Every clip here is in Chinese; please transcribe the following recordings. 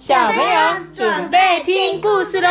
小朋友准备听故事咯。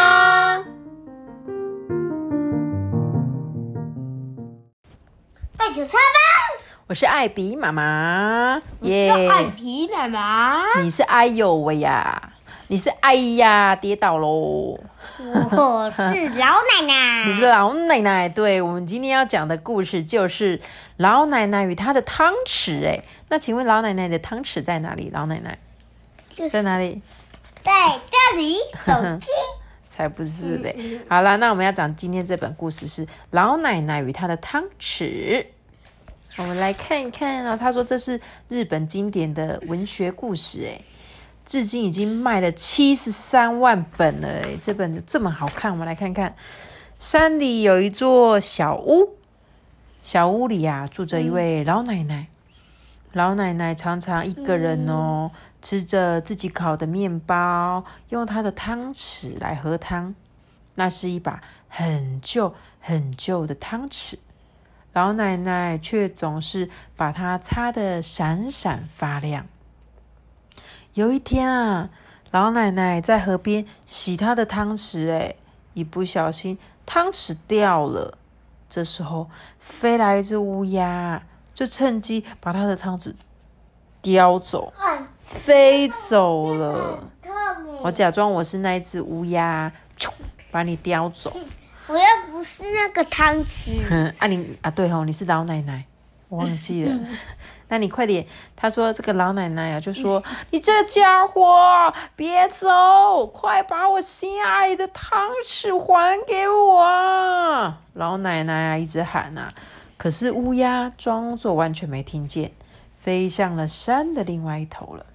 爱煮菜吧， 我是艾比妈妈， 耶！艾比妈妈， 你是哎呦喂呀，你是哎呀跌倒咯。 我是老奶奶， 你是老奶奶。对，我们今天要讲的故事就是老奶奶与她的汤匙。那请问老奶奶的汤匙在哪里？老奶奶在哪里？ 在这里，手机。 才不是嘞！好了，那我们要讲今天这本故事是老奶奶与她的汤匙。我们来看一看哦。他说这是日本经典的文学故事，至今已经卖了73万本了。这本这么好看，我们来看看。山里有一座小屋，小屋里住着一位老奶奶。老奶奶常常一个人吃着自己烤的面包，用她的汤匙来喝汤。那是一把很旧很旧的汤匙，老奶奶却总是把它擦得闪闪发亮。有一天老奶奶在河边洗她的汤匙，一不小心汤匙掉了。这时候飞来一只乌鸦，就趁机把她的汤匙叼走，飞走了。我假装我是那一只乌鸦，把你叼走。 我又不是那个汤匙。 对哦，你是老奶奶，我忘记了。那你快点。他说这个老奶奶就说：“你这家伙，别走，快把我心爱的汤匙还给我！”老奶奶一直喊可是乌鸦装作完全没听见，飞向了山的另外一头了。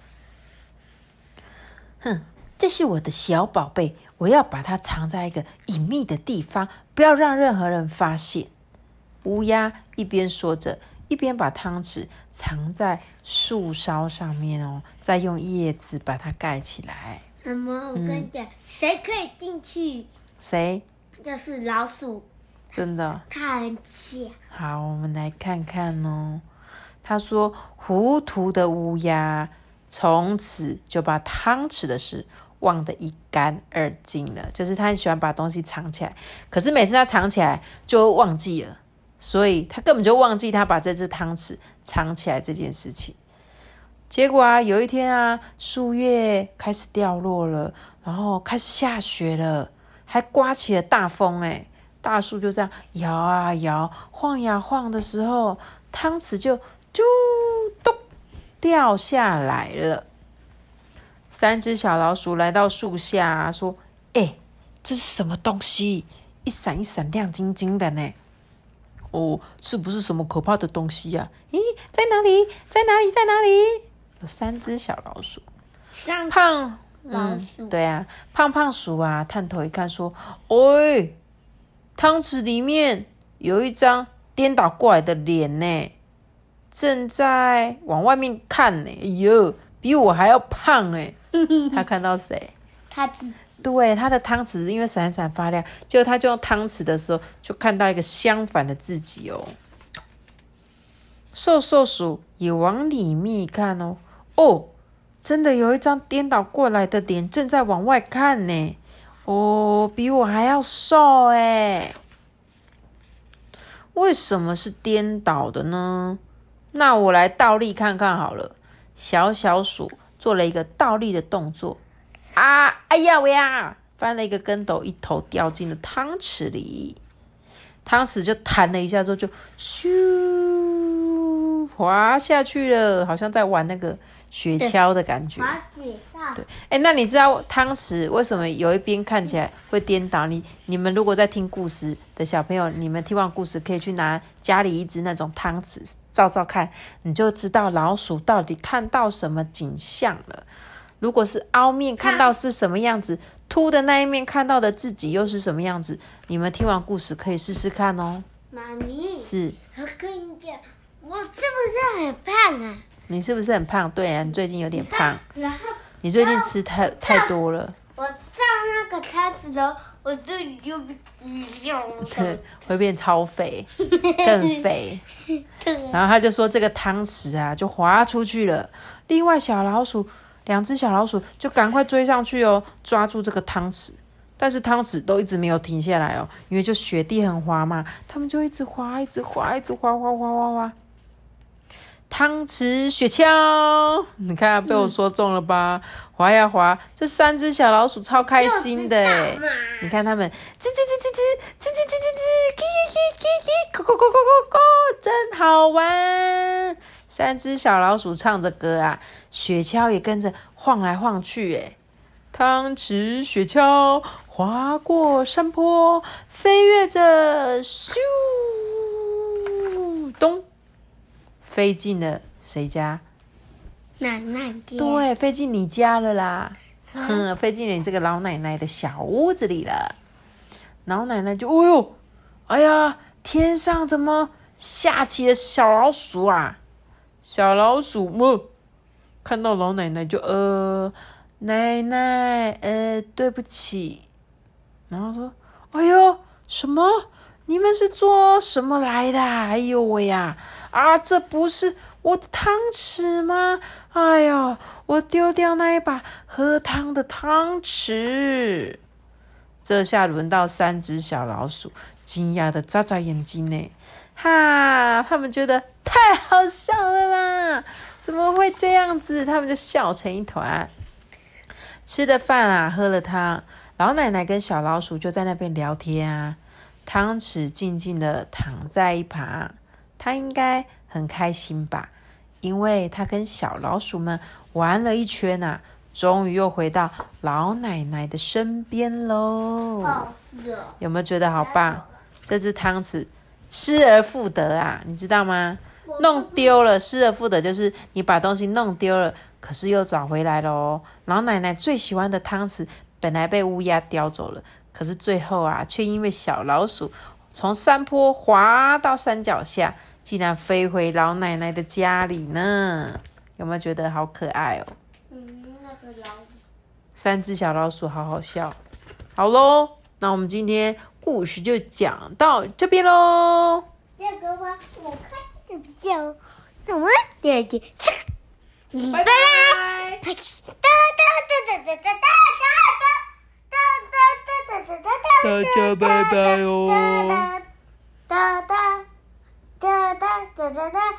这是我的小宝贝，我要把它藏在一个隐秘的地方，不要让任何人发现。乌鸦一边说着，一边把汤匙藏在树梢上面再用叶子把它盖起来。 妈妈，我跟你讲，谁可以进去？ 谁？ 就是老鼠。 真的？ 它很强。 好，我们来看看他说，糊涂的乌鸦从此就把汤匙的事忘得一干二净了。就是他很喜欢把东西藏起来，可是每次他藏起来就忘记了，所以他根本就忘记他把这只汤匙藏起来这件事情。结果有一天树叶开始掉落了，然后开始下雪了，还刮起了大风。大树就这样摇啊摇，晃呀晃的时候，汤匙就咚掉下来了。3只小老鼠来到树下说：“这是什么东西？一闪一闪亮晶晶的呢。”是不是什么可怕的东西呀？在哪里？在哪里？在哪里？有3只小老鼠。胖老鼠， 对啊，胖胖鼠探头一看说：“汤匙里面有一张颠倒过来的脸呢，正在往外面看呢。哎呦，比我还要胖哎！”他看到谁？ 他自己。 对，他的汤匙因为闪闪发亮，结果他就用汤匙的时候，就看到一个相反的自己瘦瘦鼠也往里面看真的有一张颠倒过来的脸正在往外看呢。比我还要瘦为什么是颠倒的呢？那我来倒立看看好了。小小鼠做了一个倒立的动作哎呀喂呀，翻了一个跟斗，一头掉进了汤匙里。汤匙就弹了一下之后就咻滑下去了，好像在玩那个雪橇的感觉。对，那你知道汤匙为什么有一边看起来会颠倒？你们如果在听故事的小朋友，你们听完故事可以去拿家里一只那种汤匙照照看，你就知道老鼠到底看到什么景象了。如果是凹面看到是什么样子，凸的那一面看到的自己又是什么样子？你们听完故事可以试试看妈咪， 是， 我跟你讲，我是不是很胖你是不是很胖？对啊，你最近有点胖。 然后你最近吃太多了。 我照那个汤匙的，我这里就不吃了。 对，会变超肥，更肥。然后他就说这个汤匙就滑出去了。另外 2只小老鼠就赶快追上去哦，抓住这个汤匙。但是汤匙都一直没有停下来哦，因为就雪地很滑嘛，他们就一直滑，一直滑，一直滑。汤匙雪橇，你看被我说中了吧？滑呀滑，这3只小老鼠超开心的耶！你看他们吱吱吱吱吱吱吱吱吱吱，咕，真好玩！3只小老鼠唱着歌啊，雪橇也跟着晃来晃去耶。汤匙雪橇滑过山坡，飞跃着，咻，咚，飞进了谁家？ 奶奶家。 对，飞进你家了啦。飞进了你这个老奶奶的小屋子里了。老奶奶就，哎呀，天上怎么下起了小老鼠啊？小老鼠看到老奶奶就奶奶，对不起。然后说，哎呦，什么？你们是做什么来的？哎呦喂呀！这不是我的汤匙吗？哎呀，我丢掉那一把喝汤的汤匙。这下轮到3只小老鼠，惊讶的眨眨眼睛呢。他们觉得太好笑了啦！怎么会这样子？他们就笑成一团。吃了饭啊，喝了汤，老奶奶跟小老鼠就在那边聊天啊。汤匙静静的躺在一旁，他应该很开心吧，因为他跟小老鼠们玩了一圈啊，终于又回到老奶奶的身边喽。有没有觉得好棒？这只汤匙失而复得啊，你知道吗？弄丢了，失而复得就是你把东西弄丢了，可是又找回来了哦。老奶奶最喜欢的汤匙本来被乌鸦叼走了，可是最后啊，却因为小老鼠从山坡滑到山脚下，竟然飞回老奶奶的家里呢。有没有觉得好可爱哦？ 那个老鼠。 3只小老鼠好好笑。好咯，那我们今天故事就讲到这边咯。 这个吧，我看这个比较，那我们第2集， 拜拜。大家拜拜哦。